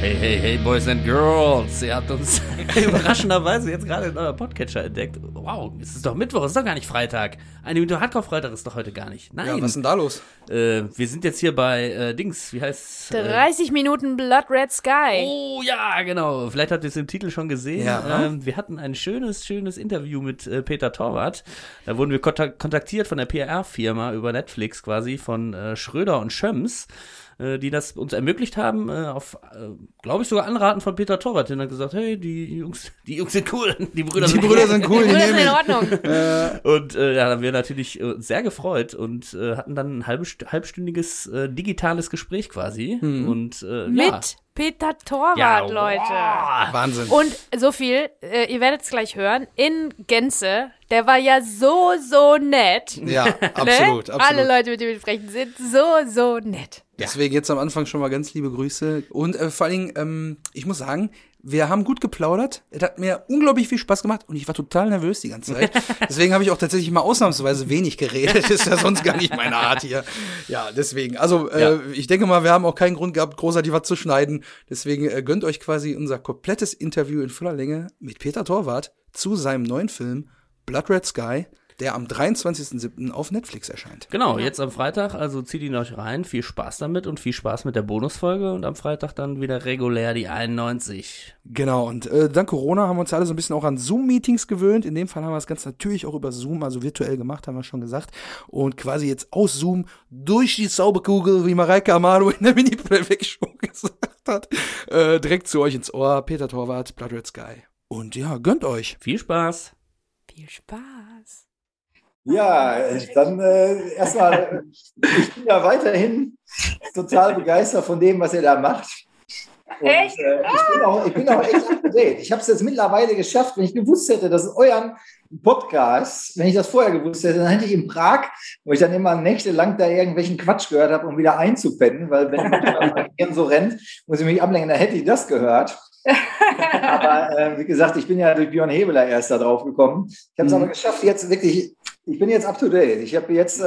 Hey, hey, hey, Boys and Girls. Ihr habt uns überraschenderweise jetzt gerade in eurem Podcatcher entdeckt. Wow, es ist doch Mittwoch, es ist doch gar nicht Freitag. Eine Minute Hardcore-Freitag ist doch heute gar nicht. Nein. Ja, was ist denn da los? Wir sind jetzt hier bei Dings, wie heißt's? 30 Minuten Blood Red Sky. Oh ja, genau. Vielleicht habt ihr es im Titel schon gesehen. Ja. Wir hatten ein schönes Interview mit Peter Torwart. Da wurden wir kontaktiert von der PR-Firma über Netflix quasi von Schröder und Schöms, die das uns ermöglicht haben, auf, glaube ich, sogar Anraten von Peter Torwart. Der hat gesagt, hey, die Jungs sind cool, die Brüder sind cool. Die Brüder sind in Ordnung. Und da haben wir natürlich sehr gefreut und hatten dann ein halbstündiges digitales Gespräch quasi. Und Mit Peter Torwart, Ja, Leute. wow. Wahnsinn. Und so viel, ihr werdet es gleich hören, in Gänze, der war ja so nett. Ja, absolut, Ne? absolut. Alle Leute, mit denen wir sprechen, sind so nett. Deswegen jetzt am Anfang schon mal ganz liebe Grüße. Und vor allen Dingen, ich muss sagen, wir haben gut geplaudert. Es hat mir unglaublich viel Spaß gemacht und ich war total nervös die ganze Zeit. Deswegen habe ich auch tatsächlich mal ausnahmsweise wenig geredet. Ist ja sonst gar nicht meine Art hier. Ja, deswegen. Also ich denke mal, wir haben auch keinen Grund gehabt, großartig was zu schneiden. Deswegen gönnt euch quasi unser komplettes Interview in voller Länge mit Peter Torwart zu seinem neuen Film Blood Red Sky, der am 23.07. auf Netflix erscheint. Genau, jetzt am Freitag, also zieht ihn euch rein, viel Spaß damit und viel Spaß mit der Bonusfolge und am Freitag dann wieder regulär die 91. Genau, und dank Corona haben wir uns alle so ein bisschen auch an Zoom-Meetings gewöhnt. In dem Fall haben wir das Ganze natürlich auch über Zoom, also virtuell gemacht, haben wir schon gesagt. Und quasi jetzt aus Zoom durch die Zauberkugel, wie Mareike Amado in der Mini-Playback-Show gesagt hat, direkt zu euch ins Ohr. Peter Torwart, Blood Red Sky. Und ja, gönnt euch. Viel Spaß. Viel Spaß. Ja, dann erstmal, ich bin ja weiterhin total begeistert von dem, was ihr da macht. Und, Echt? Ich bin auch echt up to date. Ich habe es jetzt mittlerweile geschafft, wenn ich gewusst hätte, dass euren Podcast, wenn ich das vorher gewusst hätte, dann hätte ich in Prag, wo ich dann immer nächtelang da irgendwelchen Quatsch gehört habe, um wieder einzupennen, weil wenn mein Gehirn so rennt, muss ich mich ablenken, dann hätte ich das gehört. Aber wie gesagt, ich bin ja durch Björn Hebeler erst da drauf gekommen. Ich habe es aber geschafft, jetzt wirklich, ich bin jetzt up to date. Ich habe jetzt,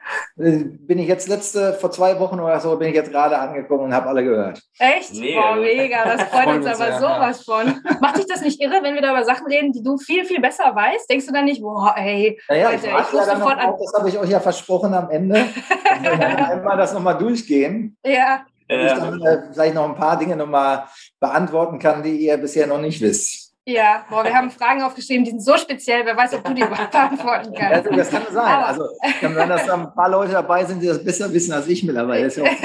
vor 2 Wochen oder so, bin ich jetzt gerade angekommen und habe alle gehört. Echt? Mega. Boah, mega. Das freut uns aber sehr, sowas von. Macht dich das nicht irre, wenn wir da über Sachen reden, die du viel weißt? Denkst du dann nicht, boah, ey, Naja, Leute, ich ich rufe ja dann sofort noch an. auf, das habe ich euch ja versprochen am Ende. Dass wir dann einmal das nochmal durchgehen. Ja, Und ich dann vielleicht noch ein paar Dinge nochmal beantworten kann, die ihr bisher noch nicht wisst. ja. Boah, wir haben Fragen aufgeschrieben, die sind so speziell, wer weiß, ob du die beantworten kannst. Also, das kann sein. Aber- Also kann sein, dass da ein paar Leute dabei sind, die das besser wissen als ich mittlerweile. Das ist ja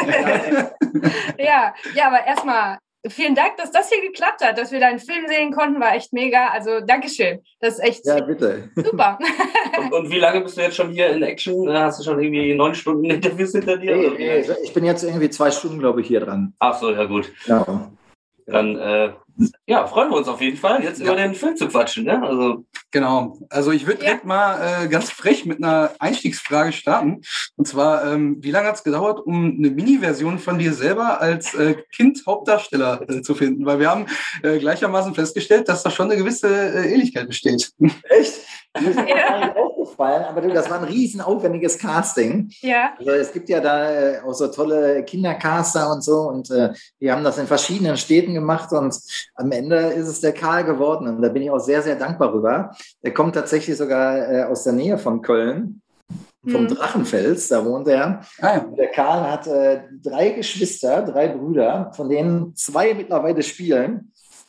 auch Ja, aber erstmal vielen Dank, dass das hier geklappt hat, dass wir deinen Film sehen konnten, war echt mega. Also Dankeschön. Das ist echt ja, bitte. super. Und wie lange bist du jetzt schon hier in Action? Hast du schon irgendwie 9 Stunden Interviews hinter dir? Nee, ich bin jetzt irgendwie 2 Stunden, glaube ich, hier dran. Ach so, ja gut. Genau. Dann freuen wir uns auf jeden Fall, jetzt über den Film zu quatschen. Ne? Also, Genau. Also ich würde direkt mal ganz frech mit einer Einstiegsfrage starten. Und zwar, wie lange hat es gedauert, um eine Mini-Version von dir selber als Kind-Hauptdarsteller zu finden? Weil wir haben gleichermaßen festgestellt, dass da schon eine gewisse Ähnlichkeit besteht. Echt? Mir ist das gar nicht aufgefallen, aber du, das war ein riesen aufwendiges Casting. Ja, Also es gibt ja da auch so tolle Kindercaster und so und wir haben das in verschiedenen Städten gemacht und am Ende ist es der Karl geworden und da bin ich auch sehr, sehr dankbar rüber. Der kommt tatsächlich sogar aus der Nähe von Köln, vom Drachenfels, da wohnt er. Ah, ja. Der Karl hat 3 Geschwister, 3 Brüder, von denen 2 mittlerweile spielen.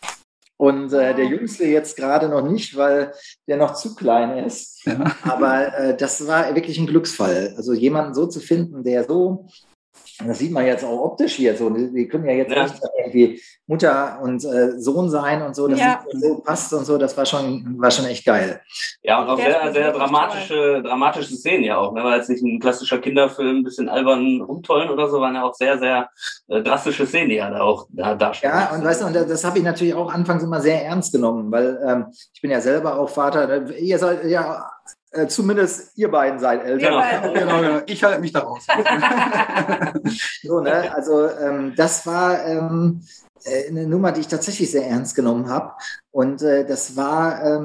Und der Jüngste jetzt gerade noch nicht, weil der noch zu klein ist. Ja. Aber das war wirklich ein Glücksfall. Also jemanden so zu finden, der so, das sieht man jetzt auch optisch hier so, die können ja jetzt nicht irgendwie Mutter und Sohn sein und so, dass es so passt und so, das war schon echt geil. ja, und auch Der sehr, ist sehr wirklich dramatische Szenen ja auch. Ne? Weil jetzt nicht ein klassischer Kinderfilm, ein bisschen albern rumtollen oder so, waren ja auch sehr, sehr drastische Szenen, die ja da auch darstellen. Ja, und weißt du, und das habe ich natürlich auch anfangs immer sehr ernst genommen, weil ich bin ja selber auch Vater. Ihr seid ja, zumindest ihr beiden seid Eltern. Genau. Ich halte mich da raus. So, ne? Also das war eine Nummer, die ich tatsächlich sehr ernst genommen habe. Und das war,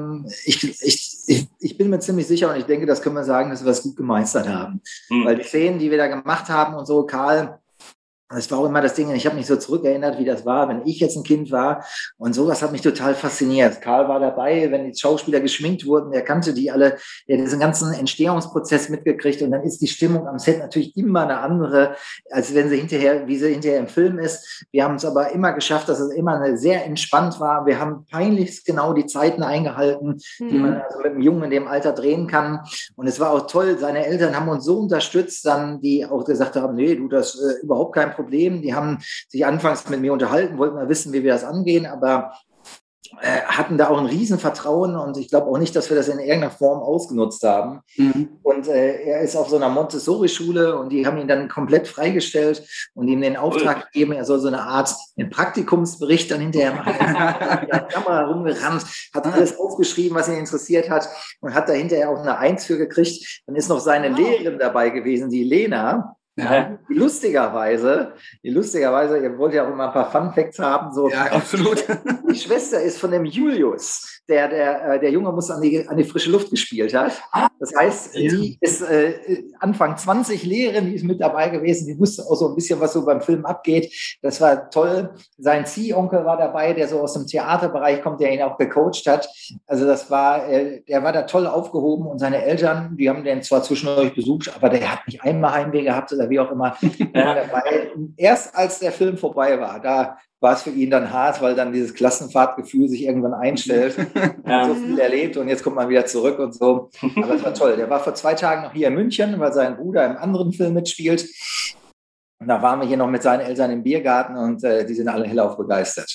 ich bin mir ziemlich sicher und ich denke, das können wir sagen, dass wir das gut gemeistert haben. Weil die Szenen, die wir da gemacht haben und so, Karl Das war auch immer das Ding, ich habe mich so zurückerinnert, wie das war, wenn ich jetzt ein Kind war. Und sowas hat mich total fasziniert. Karl war dabei, wenn die Schauspieler geschminkt wurden, er kannte die alle, der hat diesen ganzen Entstehungsprozess mitgekriegt. Und dann ist die Stimmung am Set natürlich immer eine andere, als wenn wie sie hinterher im Film ist. Wir haben es aber immer geschafft, dass es immer sehr entspannt war. Wir haben peinlichst genau die Zeiten eingehalten, die man also mit einem Jungen in dem Alter drehen kann. Und es war auch toll, seine Eltern haben uns so unterstützt, dann die auch gesagt haben, nee, du, das überhaupt kein Problem. Die haben sich anfangs mit mir unterhalten, wollten mal wissen, wie wir das angehen, aber hatten da auch ein Riesenvertrauen und ich glaube auch nicht, dass wir das in irgendeiner Form ausgenutzt haben. Und er ist auf so einer Montessori-Schule und die haben ihn dann komplett freigestellt und ihm den Auftrag gegeben, er soll so eine Art einen Praktikumsbericht dann hinterher machen. Er hat die Kamera rumgerannt, hat alles aufgeschrieben, was ihn interessiert hat und hat da hinterher auch eine 1 für gekriegt. Dann ist noch seine Lehrerin dabei gewesen, die Lena. Ja. Lustigerweise, ihr wollt ja auch immer ein paar Fun Facts haben. So. Ja, absolut. Die Schwester ist von dem Julius, der Junge muss an die frische Luft gespielt hat. Das heißt, die ist Anfang 20 Lehrerin, die ist mit dabei gewesen, die wusste auch so ein bisschen, was so beim Film abgeht. Das war toll. Sein Ziehonkel war dabei, der so aus dem Theaterbereich kommt, der ihn auch gecoacht hat. Also der war da toll aufgehoben und seine Eltern, die haben den zwar zwischendurch besucht, aber der hat nicht einmal Heimweh gehabt oder wie auch immer. Dabei. Erst als der Film vorbei war, da war es für ihn dann hart, weil dann dieses Klassenfahrtgefühl sich irgendwann einstellt. So viel erlebt und jetzt kommt man wieder zurück und so. Aber es war toll. Der war vor 2 Tagen noch hier in München, weil sein Bruder im anderen Film mitspielt. Und da waren wir hier noch mit seinen Eltern im Biergarten und die sind alle hellauf begeistert.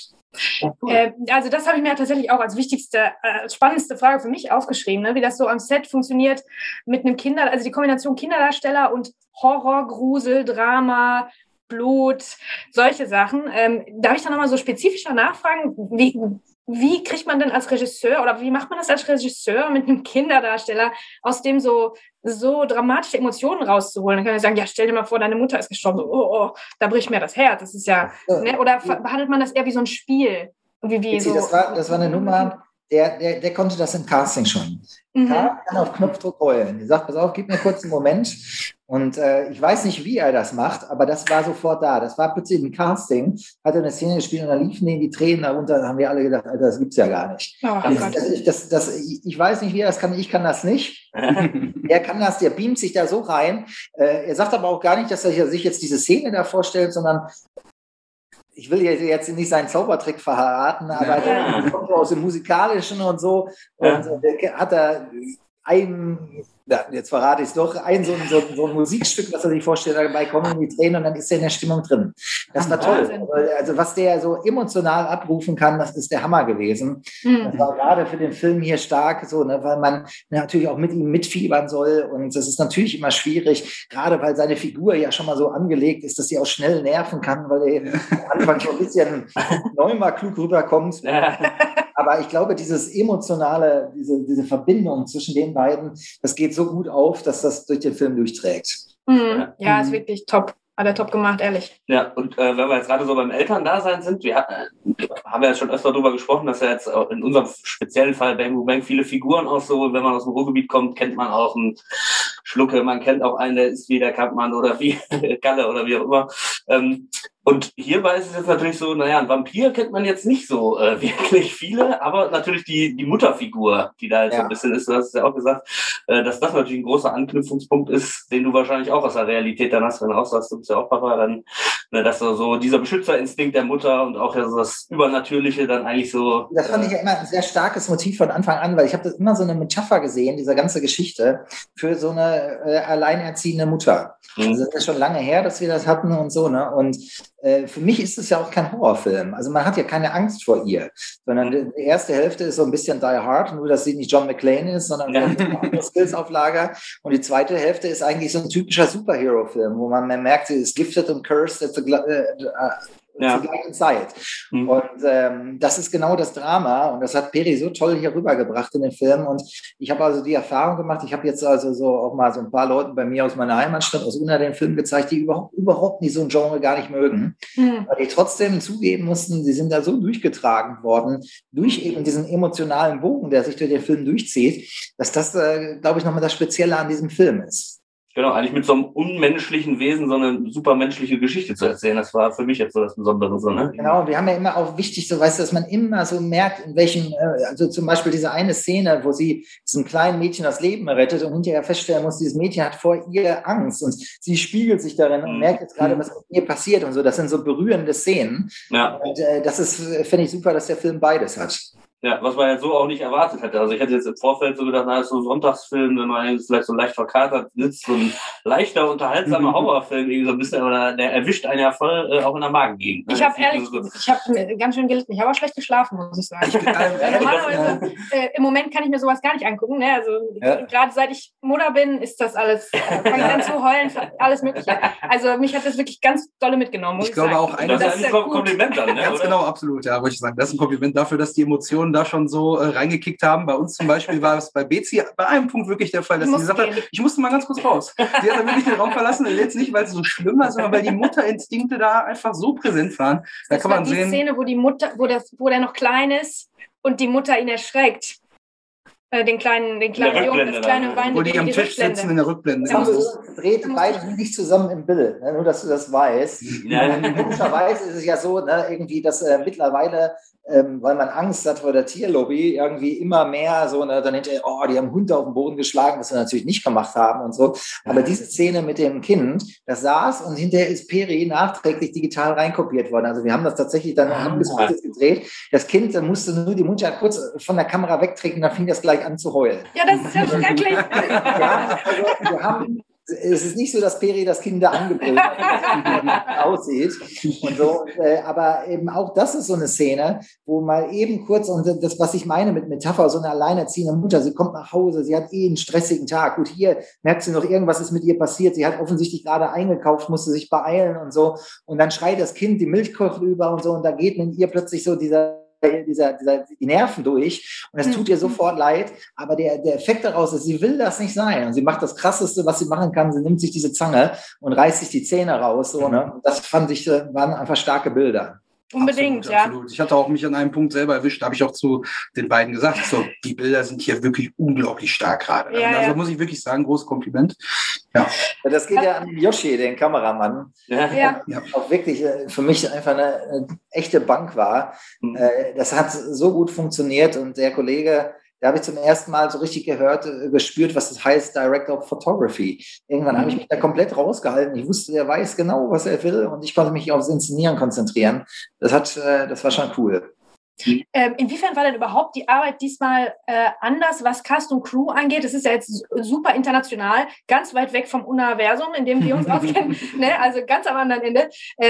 Also das habe ich mir tatsächlich auch als wichtigste, spannendste Frage für mich aufgeschrieben, ne? Wie das so am Set funktioniert mit einem also die Kombination Kinderdarsteller und Horror, Grusel, Drama, Blut, solche Sachen. Darf ich da nochmal so spezifischer nachfragen, wie kriegt man denn als Regisseur oder wie macht man das als Regisseur mit einem Kinderdarsteller, aus dem so dramatische Emotionen rauszuholen? Dann kann ich sagen, ja, stell dir mal vor, deine Mutter ist gestorben. Oh, da bricht mir das Herz. Das ist ja, ne? Oder behandelt man das eher wie so ein Spiel? Das war eine Nummer, der konnte das im Casting schon. Karl kann auf Knopfdruck heulen. Er sagt, pass auf, gib mir kurz einen Moment. Und ich weiß nicht, wie er das macht, aber das war sofort da. Das war plötzlich im Casting, hat er eine Szene gespielt und dann liefen ihm die Tränen darunter. Da haben wir alle gedacht, Alter, das gibt's ja gar nicht. Oh, ich weiß nicht, wie er das kann. Ich kann das nicht. Er kann das, der beamt sich da so rein. Er sagt aber auch gar nicht, dass er sich jetzt diese Szene da vorstellt, sondern ich will jetzt nicht seinen Zaubertrick verraten, aber der kommt aus dem Musikalischen und so. Und hat er jetzt verrate ich es doch, so ein Musikstück, was er sich vorstellt, dabei kommen die Tränen und dann ist er in der Stimmung drin. Das war toll. Also was der so emotional abrufen kann, das ist der Hammer gewesen. Das war gerade für den Film hier stark, so, ne, weil man natürlich auch mit ihm mitfiebern soll und das ist natürlich immer schwierig, gerade weil seine Figur ja schon mal so angelegt ist, dass sie auch schnell nerven kann, weil er am Anfang so ein bisschen neunmal klug rüberkommt. Aber ich glaube, dieses emotionale, diese Verbindung zwischen den beiden, das geht so gut auf, dass das durch den Film durchträgt. Ja, ist wirklich top. Hat er top gemacht, ehrlich. Ja, und wenn wir jetzt gerade so beim Elterndasein sind, wir haben ja schon öfter darüber gesprochen, dass ja jetzt in unserem speziellen Fall Bang Bang viele Figuren auch so, wenn man aus dem Ruhrgebiet kommt, kennt man auch einen Schlucke, man kennt auch einen, der ist wie der Kampmann oder wie Galle oder wie auch immer. Und hierbei ist es jetzt natürlich so, naja, ein Vampir kennt man jetzt nicht so wirklich viele, aber natürlich die Mutterfigur, die da jetzt so ein bisschen ist, du hast es ja auch gesagt, dass das natürlich ein großer Anknüpfungspunkt ist, den du wahrscheinlich auch aus der Realität dann hast, wenn du auch sagst, du bist ja auch Papa, dann, dass so dieser Beschützerinstinkt der Mutter und auch ja so das Übernatürliche dann eigentlich so... Das fand ich ja immer ein sehr starkes Motiv von Anfang an, weil ich habe das immer so eine Metapher gesehen, dieser ganze Geschichte, für so eine alleinerziehende Mutter. Also das ist schon lange her, dass wir das hatten und so, ne? Und für mich ist es ja auch kein Horrorfilm. Also man hat ja keine Angst vor ihr, sondern die erste Hälfte ist so ein bisschen Die Hard, nur dass sie nicht John McClane ist, sondern eine Skills-Auflage. Und die zweite Hälfte ist eigentlich so ein typischer Superhero-Film, wo man merkt, sie ist gifted und cursed zur gleichen Zeit. Und das ist genau das Drama und das hat Peri so toll hier rübergebracht in den Film und ich habe also die Erfahrung gemacht, ich habe jetzt also so auch mal so ein paar Leuten bei mir aus meiner Heimatstadt, aus Unna den Film gezeigt, die überhaupt nicht so ein Genre gar nicht mögen, weil die trotzdem zugeben mussten, sie sind da so durchgetragen worden, durch eben diesen emotionalen Bogen, der sich durch den Film durchzieht, dass das, glaube ich, nochmal das Spezielle an diesem Film ist. Genau, eigentlich mit so einem unmenschlichen Wesen so eine supermenschliche Geschichte zu erzählen. Das war für mich jetzt so das Besondere. So, ne? Genau, wir haben ja immer auch wichtig, so weißt du, dass man immer so merkt, in welchem, also zum Beispiel diese eine Szene, wo sie diesem kleinen Mädchen das Leben rettet und hinterher feststellen muss, dieses Mädchen hat vor ihr Angst und sie spiegelt sich darin und merkt jetzt gerade, was mit ihr passiert und so. Das sind so berührende Szenen. Ja. Und das ist, finde ich super, dass der Film beides hat. Ja, was man jetzt so auch nicht erwartet hätte. Also ich hätte jetzt im Vorfeld so gedacht, na, ist so ein Sonntagsfilm, wenn man jetzt vielleicht so leicht verkatert sitzt, so ein leichter, unterhaltsamer Horrorfilm irgendwie so ein bisschen, aber der erwischt einen ja voll auch in der Magengegend. Ich habe ganz schön gelitten. Ich habe auch schlecht geschlafen, muss ich sagen. Normalerweise, im Moment kann ich mir sowas gar nicht angucken. Ne? Also gerade seit ich Mutter bin, ist das alles, fange ich an zu heulen, alles Mögliche. Also mich hat das wirklich ganz dolle mitgenommen, muss ich glaube sagen. auch das ist ein Kompliment dann, ne? Ganz genau, absolut, ja, wollte ich sagen. Das ist ein Kompliment dafür, dass die Emotionen da schon so reingekickt haben. Bei uns zum Beispiel war es bei Bezi bei einem Punkt wirklich der Fall, dass sie gesagt hat, ich musste mal ganz kurz raus. Sie hat dann wirklich den Raum verlassen, jetzt nicht, weil es so schlimm war, sondern weil die Mutterinstinkte da einfach so präsent waren. Da kann man sehen. Die Szene, wo die Mutter, wo der noch klein ist und die Mutter ihn erschreckt. Den kleinen Jungen, das kleine Wein. Wo die am Tisch sitzen in der Rückblende. Das dreht beide nicht zusammen im Bild, ne? Nur dass du das weißt. Logischerweise ist es ja so, ne, irgendwie, dass mittlerweile, weil man Angst hat vor der Tierlobby, irgendwie immer mehr so, ne, dann hinterher, die haben Hunde auf den Boden geschlagen, was wir natürlich nicht gemacht haben und so. Aber diese Szene mit dem Kind, das saß und hinterher ist Peri nachträglich digital reinkopiert worden. Also wir haben das tatsächlich dann gedreht. Das Kind musste nur die Mutter kurz von der Kamera wegtreten, dann fing das gleich an zu heulen. Ja, das ist ja schrecklich. Ja, also wir haben, es ist nicht so, dass Peri das Kind da angebrüllt aussieht und so, aber eben auch das ist so eine Szene, wo mal eben kurz, und das, was ich meine mit Metapher, so eine alleinerziehende Mutter, sie kommt nach Hause, sie hat einen stressigen Tag, gut, hier merkt sie noch, irgendwas ist mit ihr passiert, sie hat offensichtlich gerade eingekauft, musste sich beeilen und so, und dann schreit das Kind, die Milch kocht über und so, und da geht in ihr plötzlich so die Nerven durch und es tut ihr sofort leid, aber der Effekt daraus ist, sie will das nicht sein und sie macht das Krasseste, was sie machen kann, sie nimmt sich diese Zange und reißt sich die Zähne raus, so, ne? Und das fand ich, waren einfach starke Bilder. Unbedingt, absolut, absolut. Ich hatte auch mich an einem Punkt selber erwischt, da habe ich auch zu den beiden gesagt, so, die Bilder sind hier wirklich unglaublich stark gerade. Ja, also muss ich wirklich sagen, großes Kompliment. Ja. Das geht ja an Yoshi, den Kameramann. Ja. Auch wirklich für mich einfach eine echte Bank war. Das hat so gut funktioniert und der Kollege, da habe ich zum ersten Mal so richtig gespürt, was das heißt, Director of Photography. Irgendwann habe ich mich da komplett rausgehalten. Ich wusste, der weiß genau, was er will und ich konnte mich aufs Inszenieren konzentrieren. Das war schon cool. Inwiefern war denn überhaupt die Arbeit diesmal anders, was Cast und Crew angeht? Es ist ja jetzt super international, ganz weit weg vom Universum, in dem wir uns auskennen, ne? Also ganz am anderen Ende.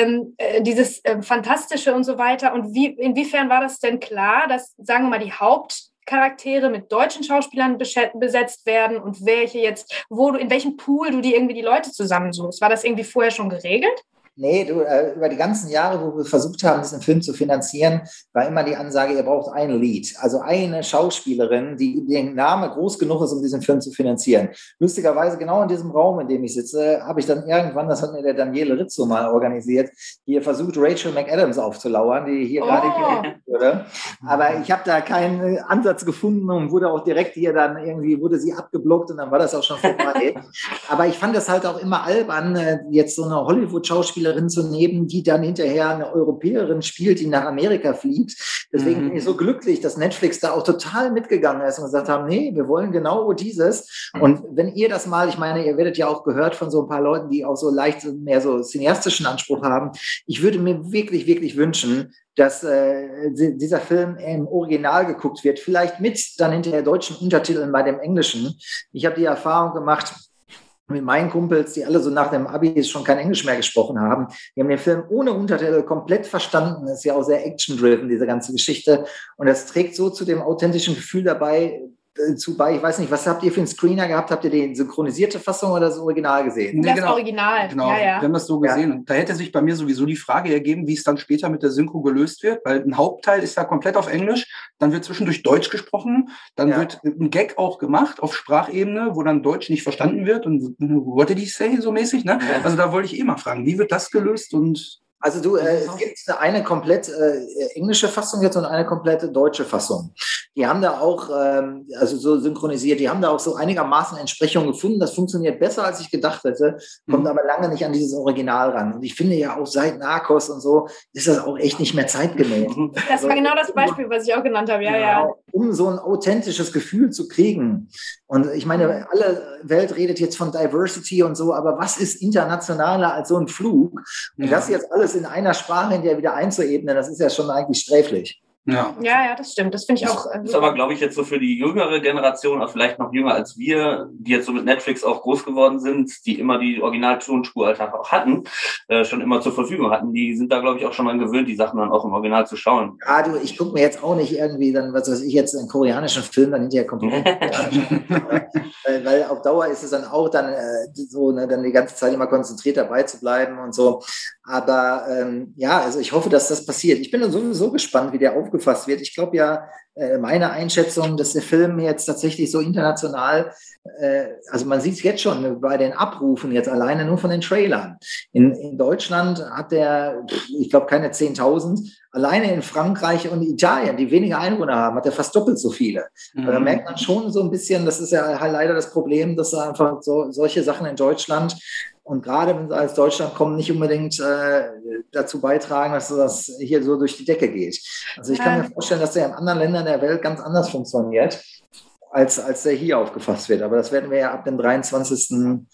Dieses Fantastische und so weiter. Und inwiefern war das denn klar, dass, sagen wir mal, die Hauptcharaktere mit deutschen Schauspielern besetzt werden und welche jetzt, in welchem Pool du dir irgendwie die Leute zusammensuchst? War das irgendwie vorher schon geregelt? Nee, über die ganzen Jahre, wo wir versucht haben, diesen Film zu finanzieren, war immer die Ansage, ihr braucht ein Lead, also eine Schauspielerin, die den Name groß genug ist, um diesen Film zu finanzieren. Lustigerweise, genau in diesem Raum, in dem ich sitze, habe ich dann irgendwann, das hat mir der Daniele Rizzo mal organisiert, hier versucht, Rachel McAdams aufzulauern, die hier gerade gewählt wurde. Aber ich habe da keinen Ansatz gefunden und wurde auch direkt hier dann irgendwie, wurde sie abgeblockt und dann war das auch schon vorbei. Aber ich fand das halt auch immer albern, jetzt so eine Hollywood-Schauspielerin zu nehmen, die dann hinterher eine Europäerin spielt, die nach Amerika fliegt. Deswegen bin ich so glücklich, dass Netflix da auch total mitgegangen ist und gesagt haben, nee, wir wollen genau dieses. Und wenn ihr das mal, ich meine, ihr werdet ja auch gehört von so ein paar Leuten, die auch so leicht mehr so cineastischen Anspruch haben. Ich würde mir wirklich, wirklich wünschen, dass dieser Film im Original geguckt wird, vielleicht mit dann hinterher deutschen Untertiteln bei dem Englischen. Ich habe die Erfahrung gemacht, mit meinen Kumpels, die alle so nach dem Abi schon kein Englisch mehr gesprochen haben. Die haben den Film ohne Untertitel komplett verstanden. Das ist ja auch sehr action-driven, diese ganze Geschichte. Und das trägt so zu dem authentischen Gefühl dabei, bei. Ich weiß nicht, was habt ihr für einen Screener gehabt? Habt ihr die synchronisierte Fassung oder das Original gesehen? Das Original. Genau, ja. Wir haben das so gesehen. Und da hätte sich bei mir sowieso die Frage ergeben, wie es dann später mit der Synchro gelöst wird, weil ein Hauptteil ist da komplett auf Englisch, dann wird zwischendurch Deutsch gesprochen, dann wird ein Gag auch gemacht auf Sprachebene, wo dann Deutsch nicht verstanden wird und what did he say so mäßig, ne? Also da wollte ich mal fragen, wie wird das gelöst und Also es gibt eine komplett englische Fassung jetzt und eine komplette deutsche Fassung. Die haben da auch, also so synchronisiert, die haben da auch so einigermaßen Entsprechungen gefunden. Das funktioniert besser, als ich gedacht hätte, kommt aber lange nicht an dieses Original ran. Und ich finde ja auch seit Narcos und so, ist das auch echt nicht mehr zeitgemäß. Das war genau das Beispiel, was ich auch genannt habe, ja. Um so ein authentisches Gefühl zu kriegen. Und ich meine, alle Welt redet jetzt von Diversity und so, aber was ist internationaler als so ein Flug? Und das jetzt alles in einer Sprache in der wieder einzuebnen, das ist ja schon eigentlich sträflich. Ja, das stimmt. Das finde ich auch. Das ist aber, glaube ich, jetzt so für die jüngere Generation, auch vielleicht noch jünger als wir, die jetzt so mit Netflix auch groß geworden sind, die immer die Original-Tonspur halt auch hatten, schon immer zur Verfügung hatten, die sind da, glaube ich, auch schon mal gewöhnt, die Sachen dann auch im Original zu schauen. Ja, ich gucke mir jetzt auch nicht irgendwie dann, was weiß ich, jetzt einen koreanischen Film dann hinterher komplett. Weil auf Dauer ist es dann auch dann so, ne, dann die ganze Zeit immer konzentriert dabei zu bleiben und so. Aber also ich hoffe, dass das passiert. Ich bin dann sowieso gespannt, wie der aufgefasst wird. Ich glaube ja, meine Einschätzung, dass der Film jetzt tatsächlich so international, also man sieht es jetzt schon bei den Abrufen jetzt alleine nur von den Trailern. In Deutschland hat der, ich glaube, keine 10.000. Alleine in Frankreich und Italien, die weniger Einwohner haben, hat er fast doppelt so viele. Da merkt man schon so ein bisschen, das ist ja halt leider das Problem, dass da einfach solche Sachen in Deutschland und gerade wenn sie als Deutschland kommen, nicht unbedingt dazu beitragen, dass das hier so durch die Decke geht. Also ich kann mir vorstellen, dass der in anderen Ländern der Welt ganz anders funktioniert, als der hier aufgefasst wird. Aber das werden wir ja ab dem 23.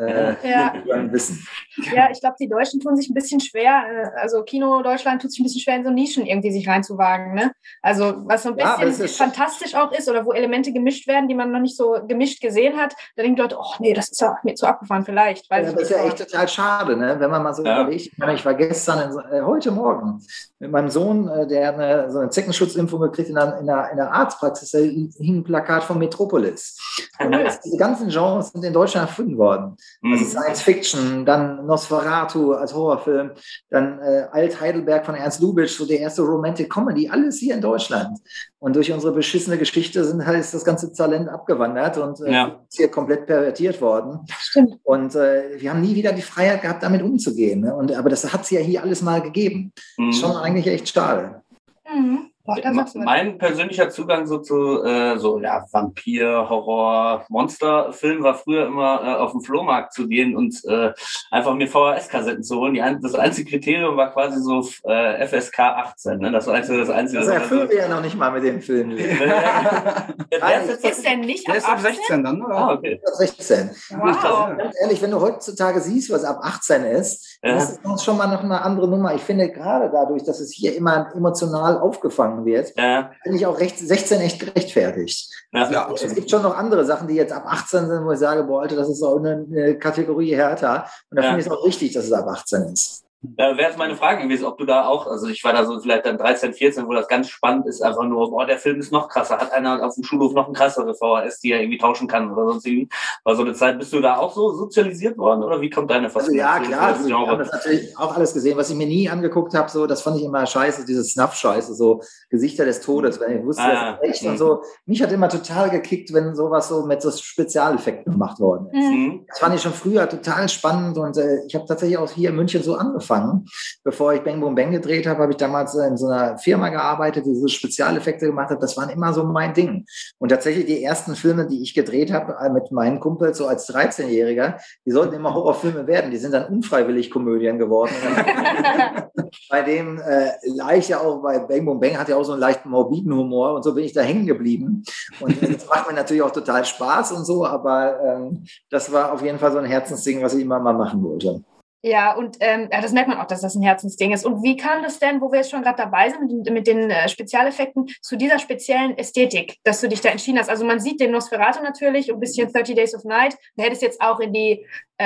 Wissen. Ja, ich glaube, die Deutschen tun sich ein bisschen schwer, also Kino Deutschland tut sich ein bisschen schwer, in so Nischen irgendwie sich reinzuwagen, ne? Also was so ein bisschen fantastisch auch ist oder wo Elemente gemischt werden, die man noch nicht so gemischt gesehen hat, da denken die Leute, oh nee, das ist ja mir zu abgefahren vielleicht. Das ist ja echt total schade, ne? Wenn man mal so überlegt. Ich war gestern, heute Morgen mit meinem Sohn, der hat so eine Zeckenschutzimpfung gekriegt in einer Arztpraxis, da hing ein Plakat von Metropolis. Und diese ganzen Genres sind in Deutschland erfunden worden. Also Science Fiction, dann Nosferatu als Horrorfilm, dann Alt-Heidelberg von Ernst Lubitsch, so der erste Romantic Comedy, alles hier in Deutschland. Und durch unsere beschissene Geschichte ist das ganze Talent abgewandert und ist hier komplett pervertiert worden. Stimmt. Und wir haben nie wieder die Freiheit gehabt, damit umzugehen. Ne? Aber das hat es ja hier alles mal gegeben. Ist schon eigentlich echt schade. Mein persönlicher Zugang so zu Vampir, Horror, Monsterfilm war früher immer auf den Flohmarkt zu gehen und einfach mir VHS-Kassetten zu holen. Das einzige Kriterium war quasi so FSK 18. Ne? Das war das Einzige. Das erfüllen wir ja noch nicht mal mit dem Film. Ist der nicht der ist ab 16 dann, oder? Ah, okay. Ab 16. Wow. Ganz ehrlich, wenn du heutzutage siehst, was ab 18 ist, das ist uns schon mal noch eine andere Nummer. Ich finde gerade dadurch, dass es hier immer emotional aufgefangen wird, finde ich auch 16 echt gerechtfertigt. Ja. Es gibt schon noch andere Sachen, die jetzt ab 18 sind, wo ich sage, boah, Alter, das ist auch eine Kategorie härter. Und da finde ich es auch richtig, dass es ab 18 ist. Da wäre jetzt meine Frage gewesen, ob du da auch, also ich war da so vielleicht dann 13, 14, wo das ganz spannend ist, einfach nur, boah, der Film ist noch krasser, hat einer auf dem Schulhof noch eine krassere VHS, die er irgendwie tauschen kann oder sonst irgendwie. War so eine Zeit, bist du da auch so sozialisiert worden oder wie kommt deine Faszination? Ja, klar, ich habe das natürlich auch alles gesehen, was ich mir nie angeguckt habe, so, das fand ich immer scheiße, dieses Snuff-Scheiße, so Gesichter des Todes, wenn ich wusste, das ist echt und so. Mich hat immer total gekickt, wenn sowas so mit so Spezialeffekten gemacht worden ist. Das fand ich schon früher total spannend und ich habe tatsächlich auch hier in München so angefangen. Bevor ich Bang Boom Bang gedreht habe, habe ich damals in so einer Firma gearbeitet, die so Spezialeffekte gemacht hat. Das waren immer so mein Ding. Und tatsächlich die ersten Filme, die ich gedreht habe mit meinen Kumpels, so als 13-Jähriger, die sollten immer Horrorfilme werden. Die sind dann unfreiwillig Komödien geworden. Bei dem leicht ja auch, bei Bang Boom Bang hat ja auch so einen leichten morbiden Humor und so bin ich da hängen geblieben. Und das macht mir natürlich auch total Spaß und so, aber das war auf jeden Fall so ein Herzensding, was ich immer mal machen wollte. Ja, und das merkt man auch, dass das ein Herzensding ist. Und wie kam das denn, wo wir jetzt schon gerade dabei sind, mit den Spezialeffekten, zu dieser speziellen Ästhetik, dass du dich da entschieden hast? Also man sieht den Nosferatu natürlich, ein bisschen 30 Days of Night. Du hättest jetzt auch in die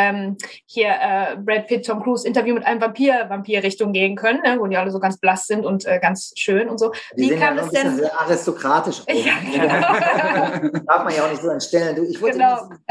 Brad Pitt, Tom Cruise Interview mit einem Vampir-Richtung gehen können, ne, wo die alle so ganz blass sind und ganz schön und so. Die wie kam das denn? Sehr aristokratisch. Ja, genau. Darf man ja auch nicht so entstellen. Ich wollte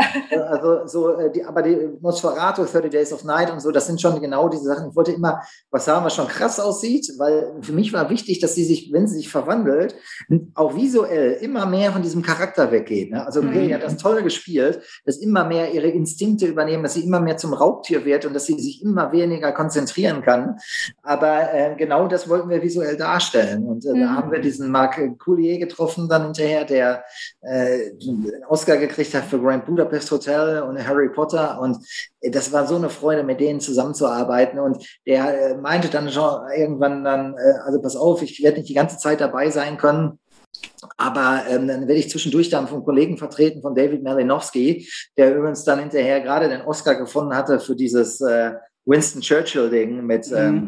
aber die Nosferatu, 30 Days of Night und so, das sind schon genau diese Sachen. Ich wollte immer was haben, was schon krass aussieht, weil für mich war wichtig, dass sie sich, wenn sie sich verwandelt, auch visuell immer mehr von diesem Charakter weggeht. Ne? Also Peri hat das toll gespielt, dass immer mehr ihre Instinkte übernehmen. dass sie immer mehr zum Raubtier wird und dass sie sich immer weniger konzentrieren kann. Aber genau das wollten wir visuell darstellen. Und da haben wir diesen Marc Coulier getroffen dann hinterher, der einen Oscar gekriegt hat für Grand Budapest Hotel und Harry Potter. Und das war so eine Freude, mit denen zusammenzuarbeiten. Und der meinte dann schon irgendwann dann, also pass auf, ich werde nicht die ganze Zeit dabei sein können. Aber dann werde ich zwischendurch dann vom Kollegen vertreten, von David Malinowski, der übrigens dann hinterher gerade den Oscar gefunden hatte für dieses Winston Churchill-Ding mit,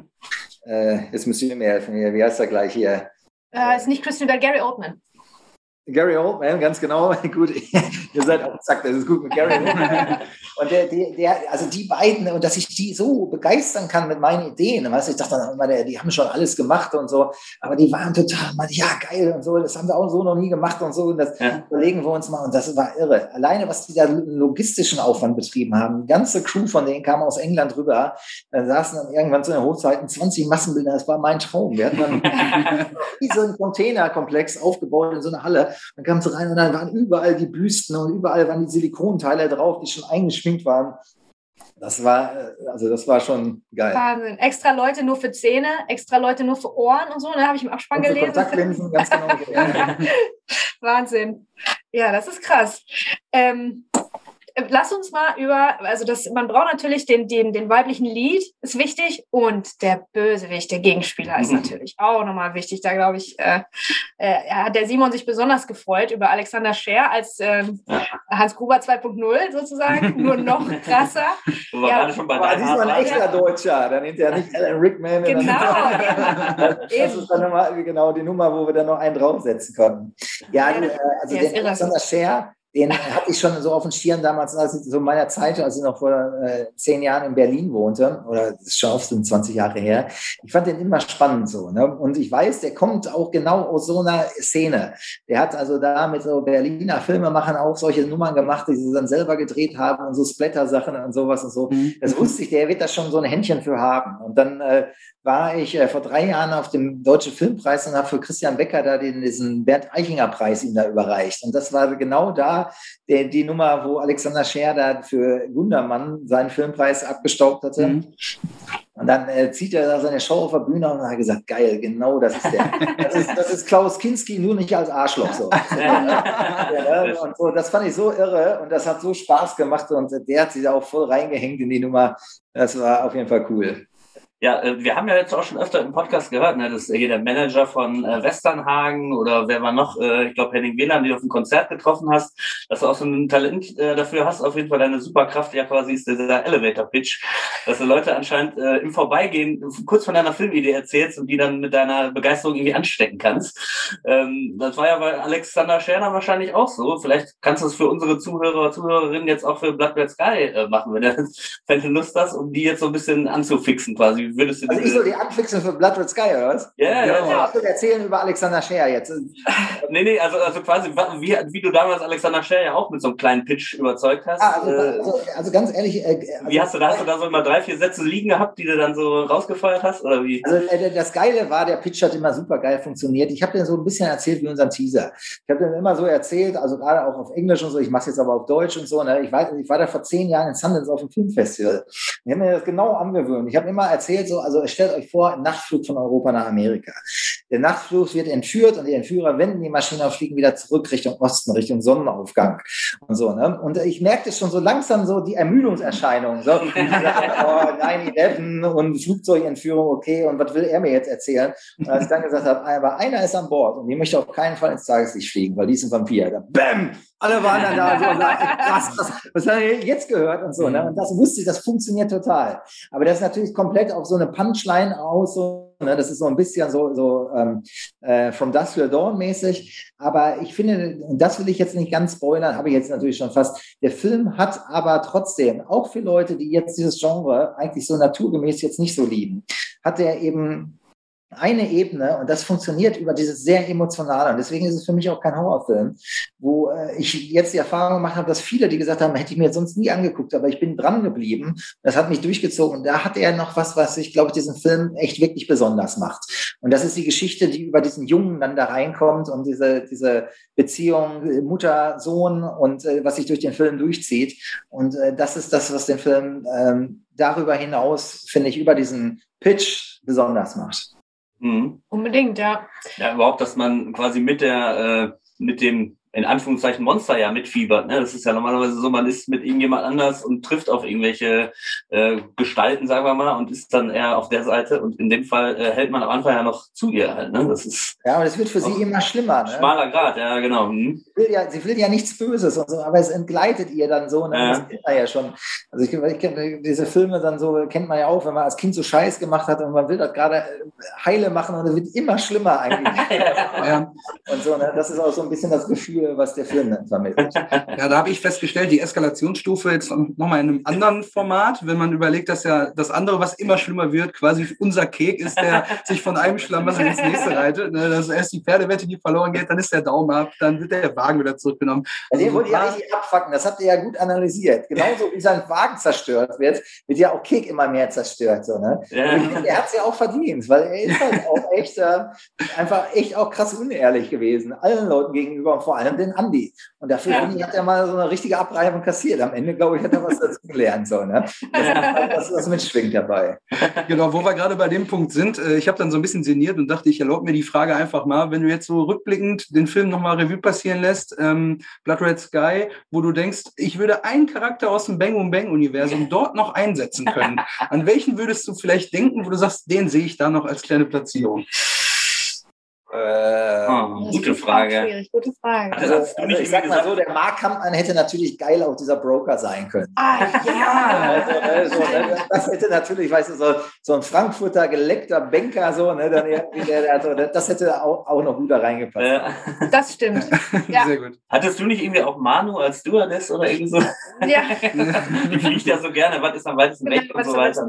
jetzt müsst ihr mir helfen, wie heißt er gleich hier? Ist nicht Christian Bale, Gary Oldman. Gary Oldman, ganz genau. Gut, ihr seid auch zack, das ist gut mit Gary Oldman. Und also die beiden, und dass ich die so begeistern kann mit meinen Ideen. Weißt du, ich dachte dann immer, die haben schon alles gemacht und so, aber die waren total, ja, geil und so, das haben wir auch so noch nie gemacht und so, und das überlegen wir uns mal, und das war irre. Alleine, was die da logistischen Aufwand betrieben haben, die ganze Crew von denen kam aus England rüber, da saßen dann irgendwann zu den Hochzeiten 20 Massenbilder, das war mein Traum. Wir hatten dann so einen Containerkomplex aufgebaut in so einer Halle. Dann kam sie rein und dann waren überall die Büsten und überall waren die Silikonteile drauf, die schon eingeschminkt waren. Das war schon geil. Wahnsinn. Extra Leute nur für Zähne, extra Leute nur für Ohren und so. Da habe ich im Abspann und für gelesen. Kontaktlinsen, ganz genau. Wahnsinn. Ja, das ist krass. Lass uns mal man braucht natürlich den weiblichen Lead, ist wichtig, und der Bösewicht, der Gegenspieler ist natürlich auch nochmal wichtig. Da glaube ich, hat der Simon sich besonders gefreut über Alexander Scheer als Hans Gruber 2.0 sozusagen, nur noch krasser. Schon bei aber diesmal ein echter Deutscher, dann hinterher nicht Alan Rickman. Genau. Das ist dann nochmal genau die Nummer, wo wir dann noch einen draufsetzen konnten. Ja, also den Alexander Scheer, den hatte ich schon so auf dem Schirm damals, als ich so in meiner Zeit, als ich noch vor 10 Jahren in Berlin wohnte, oder das ist schon oft 20 Jahre her. Ich fand den immer spannend so, ne? Und ich weiß, der kommt auch genau aus so einer Szene. Der hat also da mit so Berliner Filmemachern auch solche Nummern gemacht, die sie dann selber gedreht haben und so Splatter-Sachen und sowas und so. Das wusste ich, der wird da schon so ein Händchen für haben. Und dann war ich vor 3 Jahren auf dem Deutschen Filmpreis und habe für Christian Becker da diesen Bernd Eichinger Preis ihm da überreicht. Und das war genau da die Nummer, wo Alexander Scheer da für Gundermann seinen Filmpreis abgestaubt hatte. Und dann zieht er da seine Show auf der Bühne und hat gesagt, geil, genau das ist der. Das ist Klaus Kinski, nur nicht als Arschloch. So. Und so, das fand ich so irre und das hat so Spaß gemacht und der hat sich da auch voll reingehängt in die Nummer. Das war auf jeden Fall cool. Ja, wir haben ja jetzt auch schon öfter im Podcast gehört, ne, dass hier der Manager von Westernhagen oder wer war noch, ich glaube Henning Wieland, den du auf dem Konzert getroffen hast, dass du auch so ein Talent dafür hast, auf jeden Fall deine Superkraft, ja quasi ist dieser Elevator-Pitch, dass du Leute anscheinend im Vorbeigehen kurz von deiner Filmidee erzählst und die dann mit deiner Begeisterung irgendwie anstecken kannst. Das war ja bei Alexander Scherner wahrscheinlich auch so. Vielleicht kannst du es für unsere Zuhörerinnen jetzt auch für Blood Red Sky machen, wenn du Lust hast, um die jetzt so ein bisschen anzufixen quasi. Also ich soll die anfixen für Blood Red Sky, oder was? Ja. Ich will erzählen über Alexander Scheer jetzt. Nee, also quasi, wie du damals Alexander Scheer ja auch mit so einem kleinen Pitch überzeugt hast. Also ganz ehrlich. Wie hast du da so immer 3-4 Sätze liegen gehabt, die du dann so rausgefeuert hast, oder wie? Also das Geile war, der Pitch hat immer super geil funktioniert. Ich habe dir so ein bisschen erzählt wie unseren Teaser. Ich habe dann immer so erzählt, also gerade auch auf Englisch und so, ich mache es jetzt aber auf Deutsch und so. Ne? Ich war da vor 10 Jahren in Sundance auf dem Filmfestival. Ich habe mir das genau angewöhnt. Ich habe immer erzählt, so, also stellt euch vor, ein Nachtflug von Europa nach Amerika. Der Nachtflug wird entführt und die Entführer wenden die Maschine und fliegen wieder zurück Richtung Osten, Richtung Sonnenaufgang und so. Ne? Und ich merkte schon so langsam so die Ermüdungserscheinungen. So, 9/11 und Flugzeugentführung, okay, und was will er mir jetzt erzählen? Und als ich dann gesagt habe, aber einer ist an Bord und die möchte auf keinen Fall ins Tageslicht fliegen, weil die ist ein Vampir. Da, bäm! Alle waren dann da so und sagen, krass, was haben wir jetzt gehört und so. Ne? Und das wusste ich, das funktioniert total. Aber das ist natürlich komplett auf so eine Punchline aus, so, ne? Das ist so ein bisschen so From Dusk Till Dawn mäßig. Aber ich finde, und das will ich jetzt nicht ganz spoilern, habe ich jetzt natürlich schon fast. Der Film hat aber trotzdem, auch für Leute, die jetzt dieses Genre eigentlich so naturgemäß jetzt nicht so lieben, hat er eben eine Ebene und das funktioniert über dieses sehr Emotionale. Und deswegen ist es für mich auch kein Horrorfilm, wo ich jetzt die Erfahrung gemacht habe, dass viele, die gesagt haben, hätte ich mir jetzt sonst nie angeguckt, aber ich bin dran geblieben. Das hat mich durchgezogen. Und da hat er noch was ich glaube, diesen Film echt wirklich besonders macht. Und das ist die Geschichte, die über diesen Jungen dann da reinkommt und diese Beziehung Mutter, Sohn und was sich durch den Film durchzieht. Und das ist das, was den Film darüber hinaus, finde ich, über diesen Pitch besonders macht. Unbedingt, ja. Ja, überhaupt, dass man quasi mit dem, in Anführungszeichen, Monster ja mitfiebert. Ne? Das ist ja normalerweise so, man ist mit irgendjemand anders und trifft auf irgendwelche Gestalten, sagen wir mal, und ist dann eher auf der Seite. Und in dem Fall hält man am Anfang ja noch zu ihr halt. Ne? Das ist ja, und es wird für sie immer schlimmer. Ne? Schmaler Grad, ja, genau. Sie will ja nichts Böses und so, aber es entgleitet ihr dann so. Ne? Das kennt man ja schon. Also ich kenne diese Filme dann so, kennt man ja auch, wenn man als Kind so Scheiß gemacht hat und man will das gerade heile machen und es wird immer schlimmer eigentlich. Ja. Und so, ne? Das ist auch so ein bisschen das Gefühl, was der Film dann vermittelt. Ja, da habe ich festgestellt, die Eskalationsstufe jetzt nochmal in einem anderen Format, wenn man überlegt, dass ja das andere, was immer schlimmer wird, quasi unser Kek ist, der sich von einem Schlamassel ins nächste reitet. Das ist erst die Pferdewette, die verloren geht, dann ist der Daumen ab, dann wird der Wagen wieder zurückgenommen. Ja, den wollte ich ja richtig abfacken, das habt ihr ja gut analysiert. Genauso wie sein Wagen zerstört wird ja auch Kek immer mehr zerstört. So, ne? Ja. Er hat es ja auch verdient, weil er ist halt auch echt einfach echt auch krass unehrlich gewesen, allen Leuten gegenüber und vor allem den Andi. Und dafür hat er mal so eine richtige Abreibung kassiert. Am Ende, glaube ich, hat er was dazu gelernt. So, ne? Das mitschwingt dabei. Genau, wo wir gerade bei dem Punkt sind, ich habe dann so ein bisschen sinniert und dachte, ich erlaube mir die Frage einfach mal, wenn du jetzt so rückblickend den Film nochmal Revue passieren lässt, Blood Red Sky, wo du denkst, ich würde einen Charakter aus dem Bang Boom Bang Universum dort noch einsetzen können. An welchen würdest du vielleicht denken, wo du sagst, den sehe ich da noch als kleine Platzierung? Gute Frage. Gute Frage. Also ich sag mal so, der Mark Kampmann hätte natürlich geil auch dieser Broker sein können. Das hätte natürlich, weißt du, so ein Frankfurter geleckter Banker, so, ne, dann irgendwie das hätte auch noch gut da reingepasst. Das stimmt. Ja. Sehr gut. Hattest du nicht irgendwie auch Manu als Stewardess oder irgendwie so? Ja. Die fliegt ja so gerne, was ist am weitesten weg und so weiter.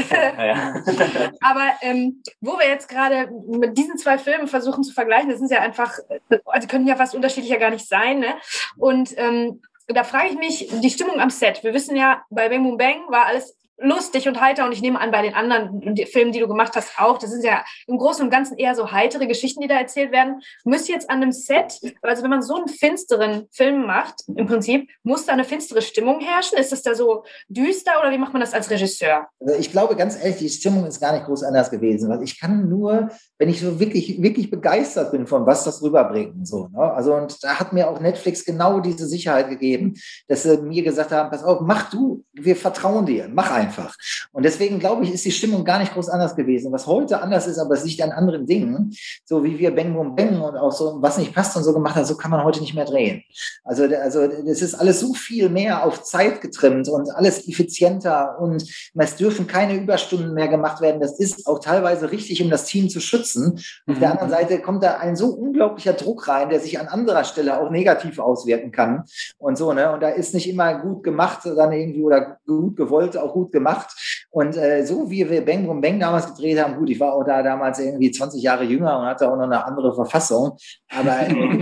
Aber wo wir jetzt gerade mit diesen zwei Filmen versuchen zu vergleichen, das sind ja einfach, also könnten ja fast unterschiedlicher gar nicht sein, ne? Und da frage ich mich, die Stimmung am Set. Wir wissen ja, bei Bang Boom Bang war alles lustig und heiter und ich nehme an, bei den anderen Filmen, die du gemacht hast, auch. Das sind ja im Großen und Ganzen eher so heitere Geschichten, die da erzählt werden. Müsste jetzt an einem Set, also wenn man so einen finsteren Film macht, im Prinzip, muss da eine finstere Stimmung herrschen? Ist das da so düster oder wie macht man das als Regisseur? Also ich glaube, ganz ehrlich, die Stimmung ist gar nicht groß anders gewesen. Weil ich kann nur, wenn ich so wirklich, wirklich begeistert bin von was das rüberbringt. So, ne? Also und da hat mir auch Netflix genau diese Sicherheit gegeben, dass sie mir gesagt haben, pass auf, mach du, wir vertrauen dir, mach einfach. Und deswegen, glaube ich, ist die Stimmung gar nicht groß anders gewesen. Was heute anders ist, aber es liegt an anderen Dingen, so wie wir Bang Boom Bang und auch so, was nicht passt und so gemacht haben, so kann man heute nicht mehr drehen. Also das ist alles so viel mehr auf Zeit getrimmt und alles effizienter und es dürfen keine Überstunden mehr gemacht werden. Das ist auch teilweise richtig, um das Team zu schützen. Auf der anderen Seite kommt da ein so unglaublicher Druck rein, der sich an anderer Stelle auch negativ auswirken kann und so, ne? Und da ist nicht immer gut gemacht, dann irgendwie oder gut gewollt, auch gut gemacht. Und so wie wir Bang Boom Bang damals gedreht haben, gut, ich war auch da damals irgendwie 20 Jahre jünger und hatte auch noch eine andere Verfassung, aber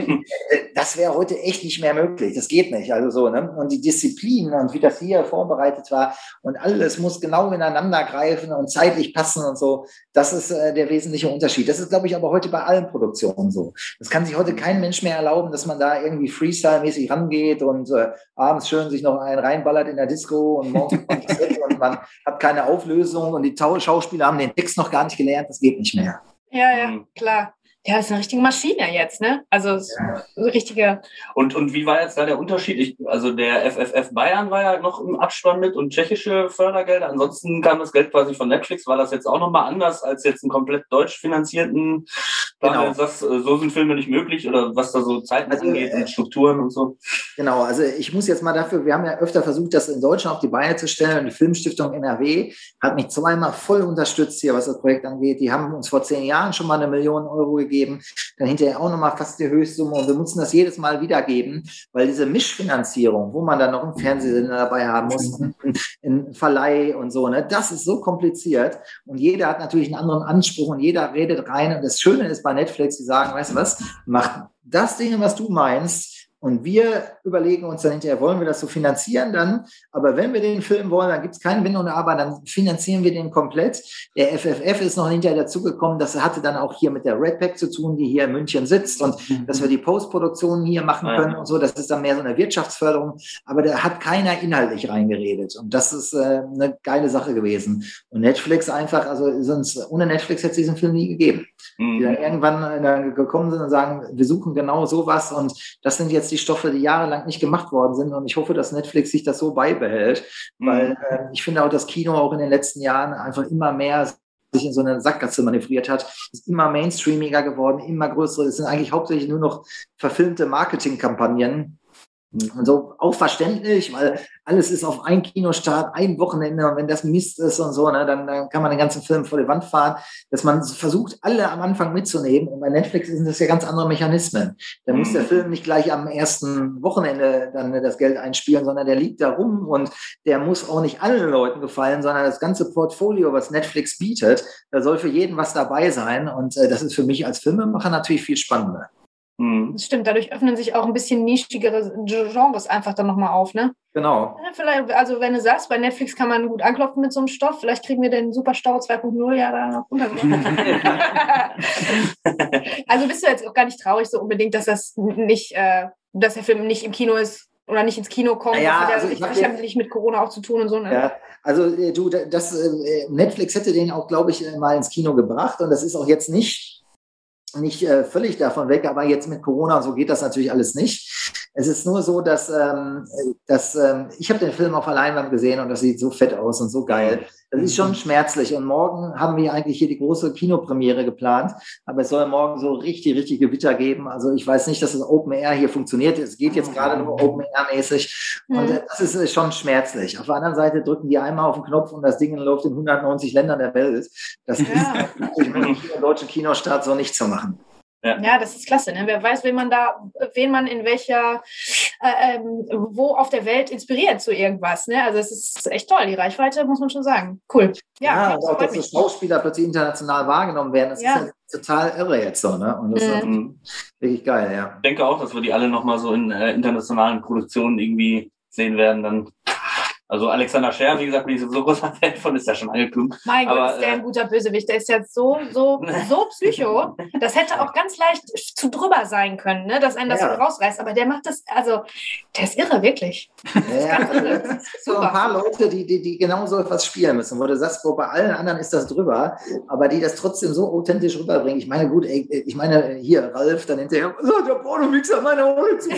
das wäre heute echt nicht mehr möglich. Das geht nicht. Also so, ne? Und die Disziplin und wie das hier vorbereitet war und alles muss genau ineinander greifen und zeitlich passen und so, das ist der wesentliche Unterschied. Das ist, glaube ich, aber heute bei allen Produktionen so. Das kann sich heute kein Mensch mehr erlauben, dass man da irgendwie Freestyle-mäßig rangeht und abends schön sich noch einen reinballert in der Disco und morgens und man hat keine Auflösung und die Schauspieler haben den Text noch gar nicht gelernt. Das geht nicht mehr. Ja, klar. Ja, das ist eine richtige Maschine jetzt, ne? Also richtige. Und wie war jetzt da der Unterschied? Also der FFF Bayern war ja noch im Abspann mit und tschechische Fördergelder. Ansonsten kam das Geld quasi von Netflix. War das jetzt auch nochmal anders als jetzt einen komplett deutsch finanzierten? Genau. So sind Filme nicht möglich oder was da so Zeiten angeht und Strukturen und so? Genau, also ich muss jetzt mal dafür, wir haben ja öfter versucht, das in Deutschland auf die Beine zu stellen und die Filmstiftung NRW hat mich zweimal voll unterstützt hier, was das Projekt angeht. Die haben uns vor 10 Jahren schon mal 1 Million Euro gegeben gegeben, dann hinterher auch nochmal fast die Höchstsumme und wir mussten das jedes Mal wiedergeben, weil diese Mischfinanzierung, wo man dann noch einen Fernsehsender dabei haben muss, einen Verleih und so, ne, das ist so kompliziert und jeder hat natürlich einen anderen Anspruch und jeder redet rein und das Schöne ist bei Netflix, die sagen, weißt du was, mach das Ding, was du meinst, und wir überlegen uns dann hinterher, wollen wir das so finanzieren dann? Aber wenn wir den Film wollen, dann gibt es keinen Wenn und Aber, dann finanzieren wir den komplett. Der FFF ist noch hinterher dazugekommen, das hatte dann auch hier mit der Redpack zu tun, die hier in München sitzt und dass wir die Postproduktion hier machen können und so. Das ist dann mehr so eine Wirtschaftsförderung, aber da hat keiner inhaltlich reingeredet. Und das ist eine geile Sache gewesen. Und Netflix einfach, also sonst ohne Netflix hätte es diesen Film nie gegeben. Die dann irgendwann gekommen sind und sagen, wir suchen genau sowas und das sind jetzt die Stoffe, die jahrelang nicht gemacht worden sind und ich hoffe, dass Netflix sich das so beibehält, weil ich finde auch, dass Kino auch in den letzten Jahren einfach immer mehr sich in so eine Sackgasse manövriert hat, ist immer mainstreamiger geworden, immer größere, es sind eigentlich hauptsächlich nur noch verfilmte Marketingkampagnen. Und so auch verständlich, weil alles ist auf ein Kinostart, ein Wochenende und wenn das Mist ist und so, ne, dann kann man den ganzen Film vor die Wand fahren, dass man versucht, alle am Anfang mitzunehmen und bei Netflix sind das ja ganz andere Mechanismen. Da muss der Film nicht gleich am ersten Wochenende dann das Geld einspielen, sondern der liegt da rum und der muss auch nicht allen Leuten gefallen, sondern das ganze Portfolio, was Netflix bietet, da soll für jeden was dabei sein und das ist für mich als Filmemacher natürlich viel spannender. Das stimmt, dadurch öffnen sich auch ein bisschen nischigere Genres einfach dann nochmal auf, ne? Genau. Ja, vielleicht, also wenn du sagst, bei Netflix kann man gut anklopfen mit so einem Stoff, vielleicht kriegen wir den Superstau 2.0 ja da noch runtergebracht. Also bist du jetzt auch gar nicht traurig so unbedingt, dass das nicht, dass der Film nicht im Kino ist oder nicht ins Kino kommt. Ja, das hat ja wahrscheinlich mit Corona auch zu tun und so, ne? Ja, also du, Netflix hätte den auch, glaube ich, mal ins Kino gebracht und das ist auch jetzt nicht völlig davon weg, aber jetzt mit Corona und so geht das natürlich alles nicht. Es ist nur so, dass ich habe den Film auf der Leinwand gesehen und das sieht so fett aus und so geil. Das ist schon schmerzlich und morgen haben wir eigentlich hier die große Kinopremiere geplant, aber es soll morgen so richtig Gewitter geben. Also ich weiß nicht, dass das Open Air hier funktioniert. Es geht jetzt gerade nur Open Air mäßig und das ist schon schmerzlich. Auf der anderen Seite drücken die einmal auf den Knopf und das Ding läuft in 190 Ländern der Welt. Das ist natürlich mit dem deutschen Kinostart so nicht zu machen. Ja, das ist klasse, ne? Wer weiß, wen man in welcher, wo auf der Welt inspiriert zu irgendwas, ne? Also es ist echt toll, die Reichweite, muss man schon sagen. Cool. Ja, und auch, dass die Schauspieler plötzlich international wahrgenommen werden, das ist ja total irre jetzt so, ne? Und das ist wirklich geil, ja. Ich denke auch, dass wir die alle nochmal so in internationalen Produktionen irgendwie sehen werden, dann. Also Alexander Scheer, wie gesagt, bin ich so großer Fan von, ist ja schon angeklungen. Mein Gott, ist der ein guter Bösewicht. Der ist ja so psycho. Das hätte auch ganz leicht zu drüber sein können, ne? Dass einen das so rausreißt. Aber der macht das, also, der ist irre, wirklich. Ja, so ein paar Leute, die genau so etwas spielen müssen, wo du sagst, bei allen anderen ist das drüber, aber die das trotzdem so authentisch rüberbringen. Ich meine, gut, hier, Ralf, dann hinterher, der Pornomixer meine Ohren zu.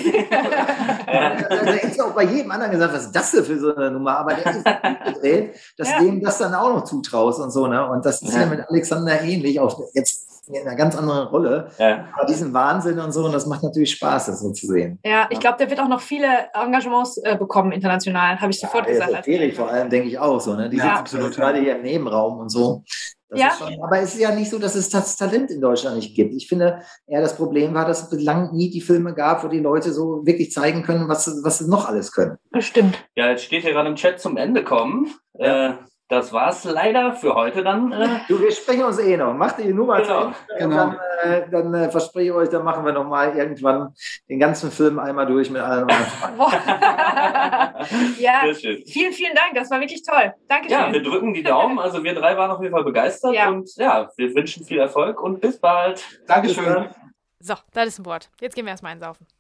Da ist auch bei jedem anderen gesagt, was ist das denn für so eine Nummer? Aber der ist gedreht, dass dem das dann auch noch zutraust und so, ne? Und das ist ja mit Alexander ähnlich, auch jetzt in einer ganz anderen Rolle. Ja. Aber diesen Wahnsinn und so, und das macht natürlich Spaß, das so zu sehen. Ja, ich glaube, der wird auch noch viele Engagements bekommen international, habe ich sofort gesagt. Vor allem, denke ich auch so, ne? Die absolut gerade hier im Nebenraum und so. Aber es ist ja nicht so, dass es das Talent in Deutschland nicht gibt. Ich finde, eher das Problem war, dass es bislang nie die Filme gab, wo die Leute so wirklich zeigen können, was sie noch alles können. Stimmt. Ja, jetzt steht hier gerade im Chat zum Ende kommen. Ja. Das war's leider für heute dann. Du, wir sprechen uns noch. Macht die Nummer Genau. Und dann verspreche ich euch, dann machen wir noch mal irgendwann den ganzen Film einmal durch mit allen anderen Fragen. Ja, vielen Dank. Das war wirklich toll. Dankeschön. Ja, wir drücken die Daumen. Also wir drei waren auf jeden Fall begeistert. Ja. Und ja, wir wünschen viel Erfolg und bis bald. Dankeschön. So, das ist ein Wort. Jetzt gehen wir erstmal einsaufen.